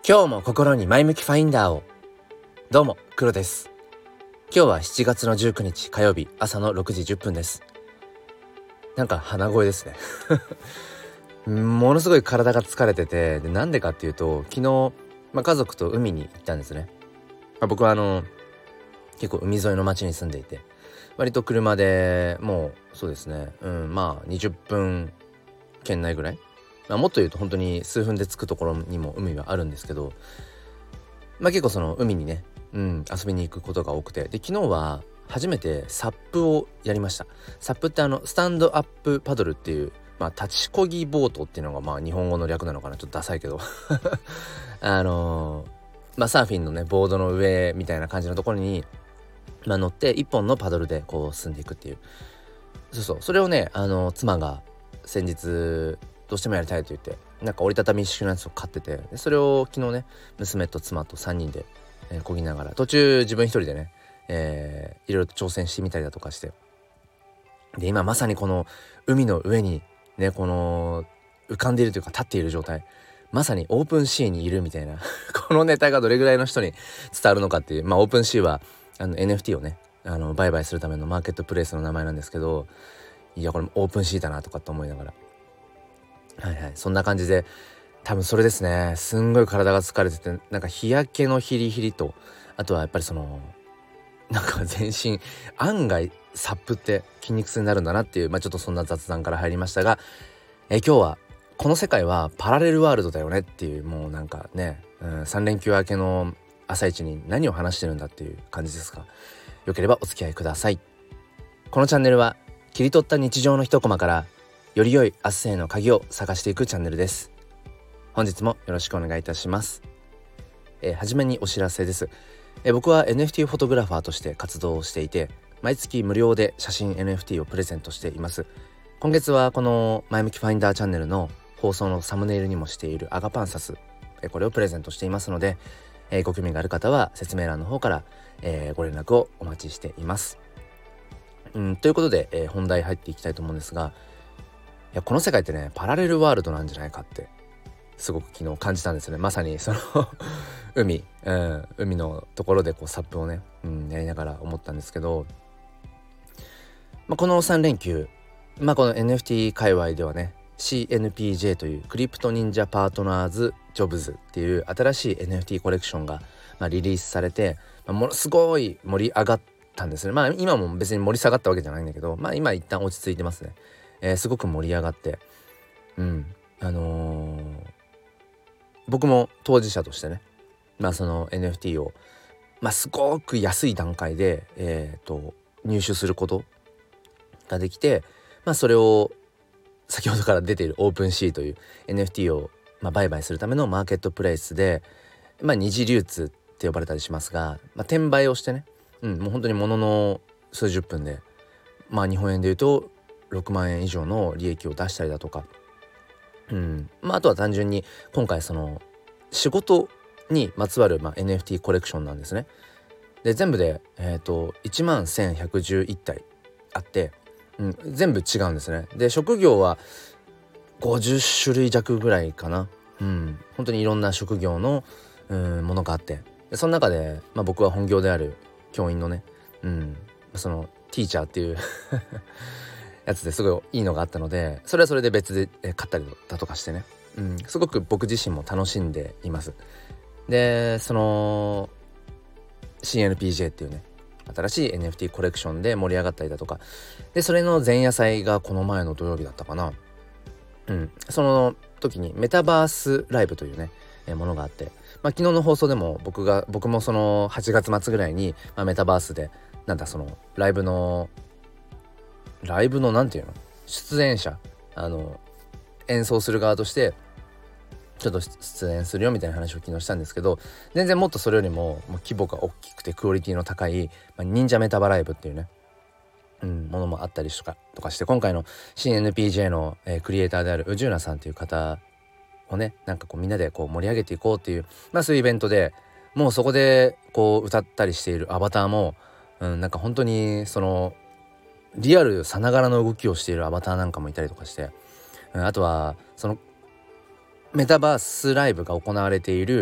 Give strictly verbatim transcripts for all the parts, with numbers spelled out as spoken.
今日も心に前向きファインダーを。どうも黒です。今日はしちがつのじゅうくにち火曜日、朝のろくじじゅっぷんです。なんか鼻声ですねものすごい体が疲れてて、でなんでかっていうと、昨日、まあ、家族と海に行ったんですね。まあ、僕はあの結構海沿いの町に住んでいて、割と車でもうそうですね、うんまあにじゅっぷん圏内ぐらい、まあ、もっと言うと本当に数分で着くところにも海はあるんですけど、まあ結構その海にね、うん、遊びに行くことが多くて、で昨日は初めてサップをやりました。サップってあのスタンドアップパドルっていう、まあ立ちこぎボートっていうのがまあ日本語の略なのかな、ちょっとダサいけどあのー、まあサーフィンのねボードの上みたいな感じのところに、まあ、乗って一本のパドルでこう進んでいくっていう、そうそう、それをね、あの妻が先日どうしてもやりたいと言って、なんか折りたたみ式のやつを買ってて、でそれを昨日ね、娘と妻とさんにんで、えー、漕ぎながら、途中自分一人でね、えー、いろいろと挑戦してみたりだとかして、で今まさにこの海の上にね、この浮かんでいるというか立っている状態、まさにオープンシーにいるみたいなこのネタがどれぐらいの人に伝わるのかっていう、まあオープンシーはあの エヌエフティー をね、あの売買するためのマーケットプレイスの名前なんですけど、いやこれもオープンシーだなとかって思いながら、はいはい、そんな感じで、多分それですね。すんごい体が疲れてて、なんか日焼けのヒリヒリと、あとはやっぱりそのなんか全身案外サップって筋肉痛になるんだなっていう、まあちょっとそんな雑談から入りましたが、え今日はこの世界はパラレルワールドだよねっていう、もうなんかね、うん、さん連休明けの朝一に何を話してるんだっていう感じですが、よければお付き合いください。このチャンネルは切り取った日常の一コマからより良い明日への鍵を探していくチャンネルです。本日もよろしくお願いいたします。えー、はじめにお知らせです。えー、僕は エヌエフティー フォトグラファーとして活動をしていて、毎月無料で写真 エヌエフティー をプレゼントしています。今月はこの前向きファインダーチャンネルの放送のサムネイルにもしているアガパンサス、えー、これをプレゼントしていますので、えー、ご興味がある方は説明欄の方から、えー、ご連絡をお待ちしています。うん、ということで、えー、本題入っていきたいと思うんですが、いやこの世界ってねパラレルワールドなんじゃないかってすごく昨日感じたんですよね。まさにその海、うん、海のところでこうサップをね、うん、やりながら思ったんですけど、まあ、このさん連休、まあ、この エヌエフティー 界隈ではね シーエヌピージェー というクリプト忍者パートナーズジョブズっていう新しい エヌエフティー コレクションが、まあ、リリースされて、まあ、ものすごい盛り上がったんですね。まあ今も別に盛り下がったわけじゃないんだけど、まあ今一旦落ち着いてますね。えー、すごく盛り上がって、うんあのー、僕も当事者としてね、まあその エヌエフティー をまあすごく安い段階で、えー、と入手することができて、まあそれを先ほどから出ているオープンシーという エヌエフティー をまあ売買するためのマーケットプレイスで、まあ二次流通って呼ばれたりしますが、まあ、転売をしてね、うん、もう本当にものの数十分で、まあ日本円でいうとろくまんえん以上の利益を出したりだとか、うんまあ、あとは単純に今回その仕事にまつわる、まあ、エヌエフティー コレクションなんですね。で全部で、えー、といちまんせんひゃくじゅういち体あって、うん、全部違うんですね。で職業はごじゅっしゅるい弱ぐらいかな。うん、本当にいろんな職業の、うん、ものがあって、でその中で、まあ、僕は本業である教員のね、うん、そのティーチャーっていうやつですごいいいのがあったので、それはそれで別で買ったりだとかしてね、うん、すごく僕自身も楽しんでいます。でその シーエヌピージェー っていうね新しい エヌエフティー コレクションで盛り上がったりだとかで、それの前夜祭がこの前の土曜日だったかな。うん、その時にメタバースライブというね、えー、ものがあって、まあ、昨日の放送でも僕が僕もそのはちがつ末ぐらいに、まあ、メタバースでなんだそのライブのライブのなんていうの出演者、あの演奏する側としてちょっと出演するよみたいな話を昨日したんですけど、全然もっとそれよりももう規模が大きくてクオリティの高い、まあ、忍者メタバライブっていうね、うん、ものもあったりとかとかして、今回の シーエヌピージェー の、えー、クリエイターである宇宙なさんという方をね、なんかこうみんなでこう盛り上げていこうっていう、まあそういうイベントで、もうそこでこう歌ったりしているアバターも、うん、なんか本当にそのリアルさながらの動きをしているアバターなんかもいたりとかして、うん、あとはそのメタバースライブが行われている、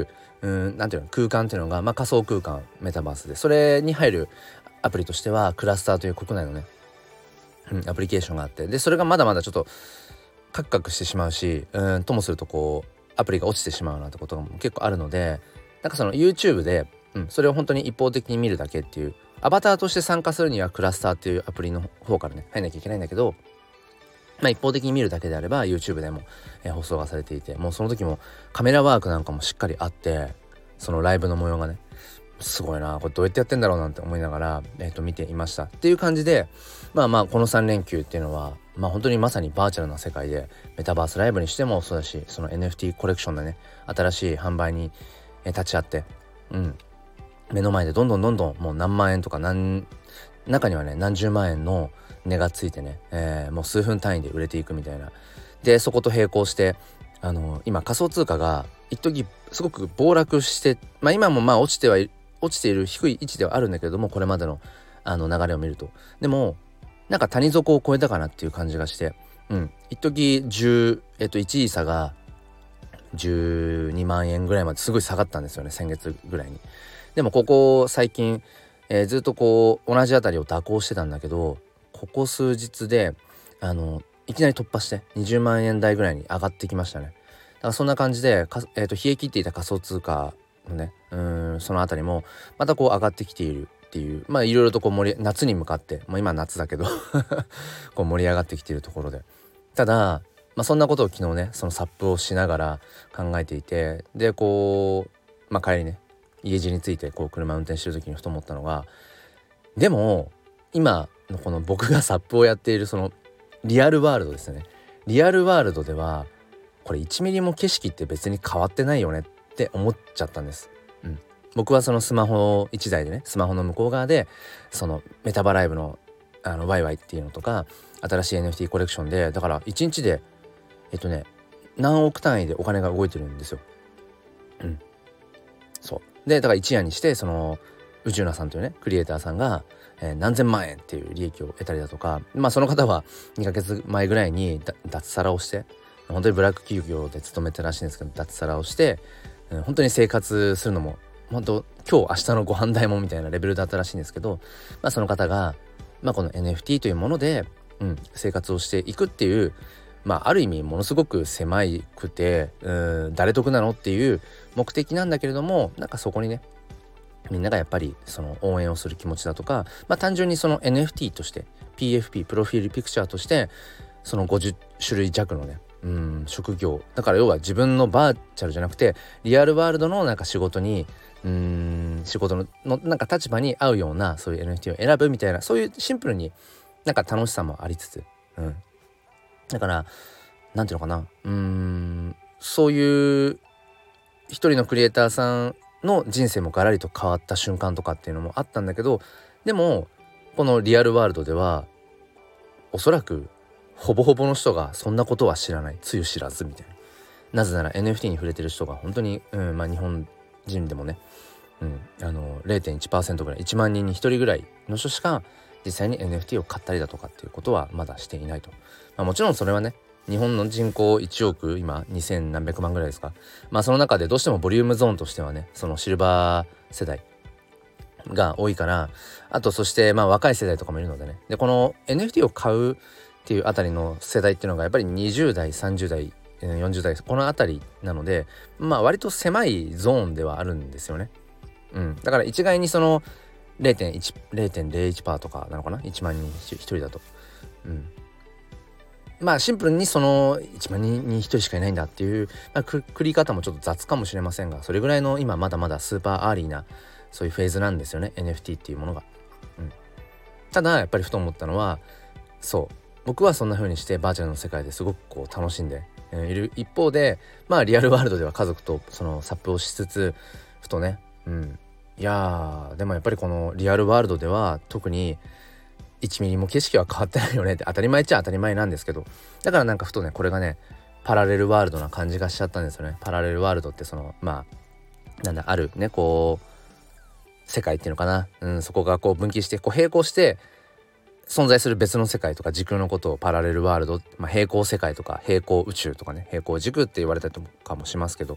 うん、なんていうの空間っていうのが、まあ、仮想空間メタバースで、それに入るアプリとしてはクラスターという国内のね、うん、アプリケーションがあって、でそれがまだまだちょっとカクカクしてしまうし、うんともするとこうアプリが落ちてしまうなんてことも結構あるので、なんかその YouTube で、うん、それを本当に一方的に見るだけっていう、アバターとして参加するにはクラスターっていうアプリの方からね入んなきゃいけないんだけど、まあ一方的に見るだけであれば YouTube でも、えー、放送がされていて、もうその時もカメラワークなんかもしっかりあって、そのライブの模様がねすごいな、これどうやってやってんだろうなんて思いながら、えー、と見ていましたっていう感じで、まあまあこのさん連休っていうのはまあ本当にまさにバーチャルな世界で、メタバースライブにしてもそうだし、その エヌエフティー コレクションでね新しい販売に、えー、立ち会って、うん目の前でどんどんどんどんもう何万円とか何中にはね何十万円の値がついてね、えー、もう数分単位で売れていくみたいな。でそこと並行してあの今仮想通貨が一時すごく暴落して、まあ今もまあ落ちてはい落ちている低い位置ではあるんだけれども、これまでのあの流れを見ると、でもなんか谷底を越えたかなっていう感じがして、うん一時10えっといちイーサがじゅうにまん円ぐらいまですごい下がったんですよね、先月ぐらいに。でもここ最近、えー、ずっとこう同じあたりを蛇行してたんだけど、ここ数日であのいきなり突破してにじゅうまん円台ぐらいに上がってきましたね。だからそんな感じでか、えー、と冷え切っていた仮想通貨のねうーんそのあたりもまたこう上がってきているっていう、まあいろいろとこう盛り夏に向かって、まあ、今夏だけどこう盛り上がってきているところで、ただまあそんなことを昨日ねそのサップをしながら考えていて、でこうまあ帰りね家路についてこう車運転してる時にふと思ったのが、でも今のこの僕がサップをやっているそのリアルワールドですね、リアルワールドではこれいちミリも景色って別に変わってないよねって思っちゃったんです、うん、僕はそのスマホいちだいでねスマホの向こう側でそのメタバライブのあのワイワイっていうのとか新しい エヌエフティー コレクションで、だからいちにちでえっとね何億単位でお金が動いてるんですよ。うんそうでだから一夜にしてその宇宙なさんというねクリエイターさんが、えー、何千万円っていう利益を得たりだとか、まあその方はにかげつまえぐらいに脱サラをして、本当にブラック企業で勤めてるらしいんですけど脱サラをして、うん、本当に生活するのも本当今日明日のご飯代もみたいなレベルだったらしいんですけど、まあその方が、まあ、この エヌエフティー というもので、うん、生活をしていくっていう、まあある意味ものすごく狭くて、うん誰得なのっていう目的なんだけれども、なんかそこにねみんながやっぱりその応援をする気持ちだとか、まあ単純にその エヌエフティー として ピーエフピー プロフィールピクチャーとしてそのごじゅっしゅるい弱のねうん職業だから、要は自分のバーチャルじゃなくてリアルワールドのなんか仕事にうーん仕事ののなんか立場に合うようなそういう エヌエフティー を選ぶみたいな、そういうシンプルになんか楽しさもありつつ、うんだからなんていうのかな、うーんそういう一人のクリエイターさんの人生もガラリと変わった瞬間とかっていうのもあったんだけど、でもこのリアルワールドではおそらくほぼほぼの人がそんなことは知らない、つゆ知らずみたいな。なぜなら エヌエフティー に触れてる人が本当に、うんまあ、日本人でもね、うん、あの れいてんいちパーセント ぐらい、いちまんにんにひとりぐらいの人しか実際に エヌエフティー を買ったりだとかっていうことはまだしていないと。まあ、もちろんそれはね日本の人口いちおく今にせんなんびゃくまんぐらいですか。まあその中でどうしてもボリュームゾーンとしてはねそのシルバー世代が多いから、あとそしてまあ若い世代とかもいるのでね、でこの エヌエフティー を買うっていうあたりの世代っていうのがやっぱりにじゅうだいさんじゅうだいよんじゅうだいこのあたりなので、まあ割と狭いゾーンではあるんですよね。うんだから一概にその れいてんいち れいてんれいいちパーセント とかなのかな、いちまんにんひとりだと、うんまあシンプルにそのいちまんにんにひとりしかいないんだっていう、まあ、くくり方もちょっと雑かもしれませんが、それぐらいの今まだまだスーパーアーリーなそういうフェーズなんですよね エヌエフティー っていうものが、うん、ただやっぱりふと思ったのは、そう僕はそんな風にしてバーチャルの世界ですごくこう楽しんで、えー、いる一方で、まあリアルワールドでは家族とそのサップをしつつふとね、うんいやーでもやっぱりこのリアルワールドでは特にいちミリも景色は変わってないよねって、当たり前っちゃ当たり前なんですけど、だからなんかふとねこれがねパラレルワールドな感じがしちゃったんですよね。パラレルワールドってそのまあなんだあるねこう世界っていうのかな、うん、そこがこう分岐してこう並行して存在する別の世界とか時空のことをパラレルワールド、まあ、平行世界とか平行宇宙とかね平行軸って言われたりとかもしますけど、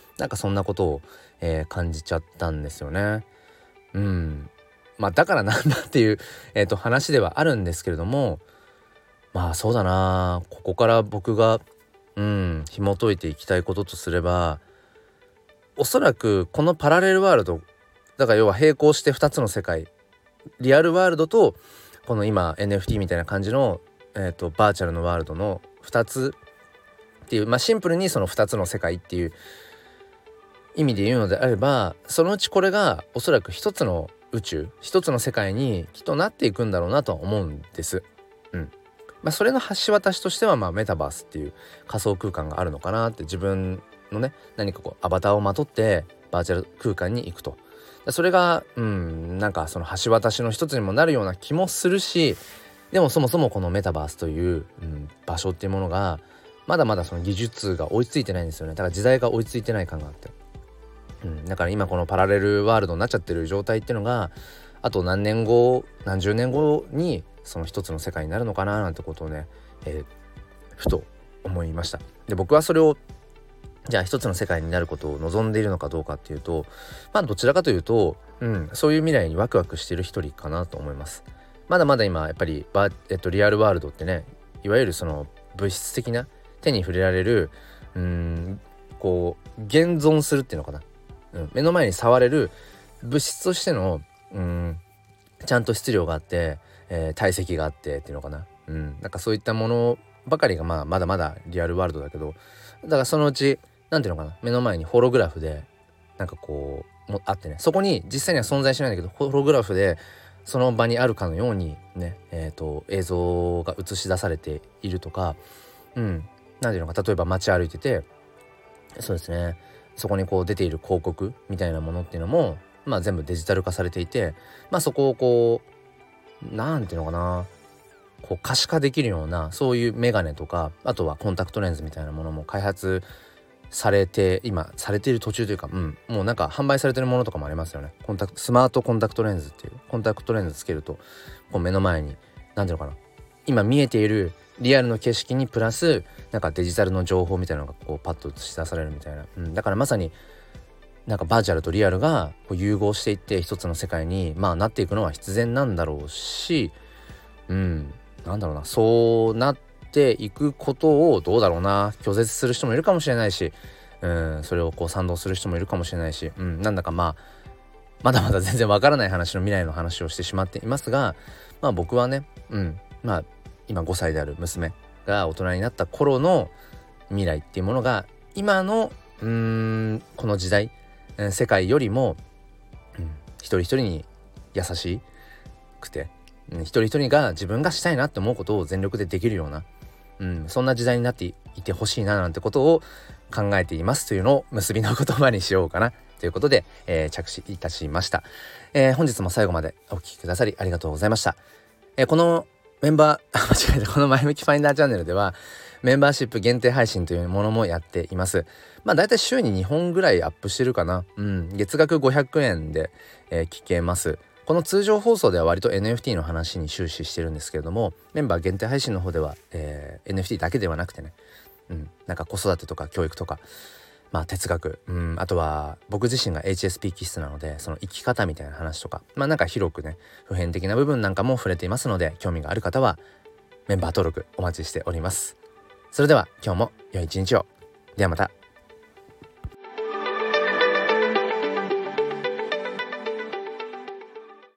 なんかそんなことを、えー感じちゃったんですよね。うんまあだからなんだっていう、えーと話ではあるんですけれども、まあそうだな、ここから僕がうん紐解いていきたいこととすれば、おそらくこのパラレルワールドだから、要は並行してふたつの世界、リアルワールドとこの今 エヌエフティー みたいな感じの、えーとバーチャルのワールドのふたつっていう、まあシンプルにそのふたつの世界っていう意味で言うのであれば、そのうちこれがおそらく一つの宇宙、一つの世界にきっとなっていくんだろうなとは思うんです。うんまあ、それの橋渡しとしては、まあメタバースっていう仮想空間があるのかなって、自分のね何かこうアバターをまとってバーチャル空間に行くと、それがうんなんかその橋渡しの一つにもなるような気もするし、でもそもそもこのメタバースという、うん、場所っていうものがまだまだその技術が追いついてないんですよね。だから時代が追いついてない感があって、うん、だから今このパラレルワールドになっちゃってる状態っていうのが、あと何年後何十年後にその一つの世界になるのかななんてことをね、えー、ふと思いました。で僕はそれをじゃあ一つの世界になることを望んでいるのかどうかっていうと、まあどちらかというと、うん、そういう未来にワクワクしている一人かなと思います。まだまだ今やっぱりバ、えっと、リアルワールドってね、いわゆるその物質的な手に触れられるうーんこう現存するっていうのかな、うん、目の前に触れる物質としてのうーんちゃんと質量があって、えー、体積があってっていうのかな、うん、なんかそういったものばかりが、まあ、まだまだリアルワールドだけど、だからそのうちなんていうのかな、目の前にホログラフでなんかこうもあってね、そこに実際には存在しないんだけどホログラフでその場にあるかのようにね、えーと映像が映し出されているとか、うんなんていうのか、例えば街歩いてて、そうですね、そこにこう出ている広告みたいなものっていうのも、まあ全部デジタル化されていて、まあそこをこうなんていうのかな、こう可視化できるようなそういうメガネとか、あとはコンタクトレンズみたいなものも開発されて今されている途中というか、うん、もうなんか販売されてるものとかもありますよね。コンタクトスマートコンタクトレンズっていうコンタクトレンズつけるとこう目の前になんていうのかな、今見えているリアルの景色にプラスなんかデジタルの情報みたいなのがこうパッと映し出されるみたいな、うん、だからまさになんかバーチャルとリアルがこう融合していって一つの世界にまあなっていくのは必然なんだろうし、うんなんだろうな、そうなっていくことをどうだろうな、拒絶する人もいるかもしれないし、うんそれをこう賛同する人もいるかもしれないし、うん、なんだかまあまだまだ全然わからない話の未来の話をしてしまっていますが、まあ僕はね、うんまあ今ごさいである娘が大人になった頃の未来っていうものが今のうーんこの時代、世界よりも、うん、一人一人に優しくて、うん、一人一人が自分がしたいなって思うことを全力でできるような、うん、そんな時代になっていてほしいななんてことを考えていますというのを結びの言葉にしようかなということで、えー、着手いたしました。えー、本日も最後までお聞きくださりありがとうございました。えー、このメンバー間違えたこの前向きファインダーチャンネルではメンバーシップ限定配信というものもやっています。まあだいたい週ににほんぐらいアップしてるかな。うん、月額ごひゃくえんで、えー、聞けます。この通常放送では割と エヌエフティー の話に終始してるんですけれども、メンバー限定配信の方では、えー、エヌエフティー だけではなくてね、うん、なんか子育てとか教育とか、まあ哲学、うん、あとは僕自身が エイチエスピー 気質なのでその生き方みたいな話とか、まあなんか広くね普遍的な部分なんかも触れていますので、興味がある方はメンバー登録お待ちしております。それでは今日も良い一日を。ではまた。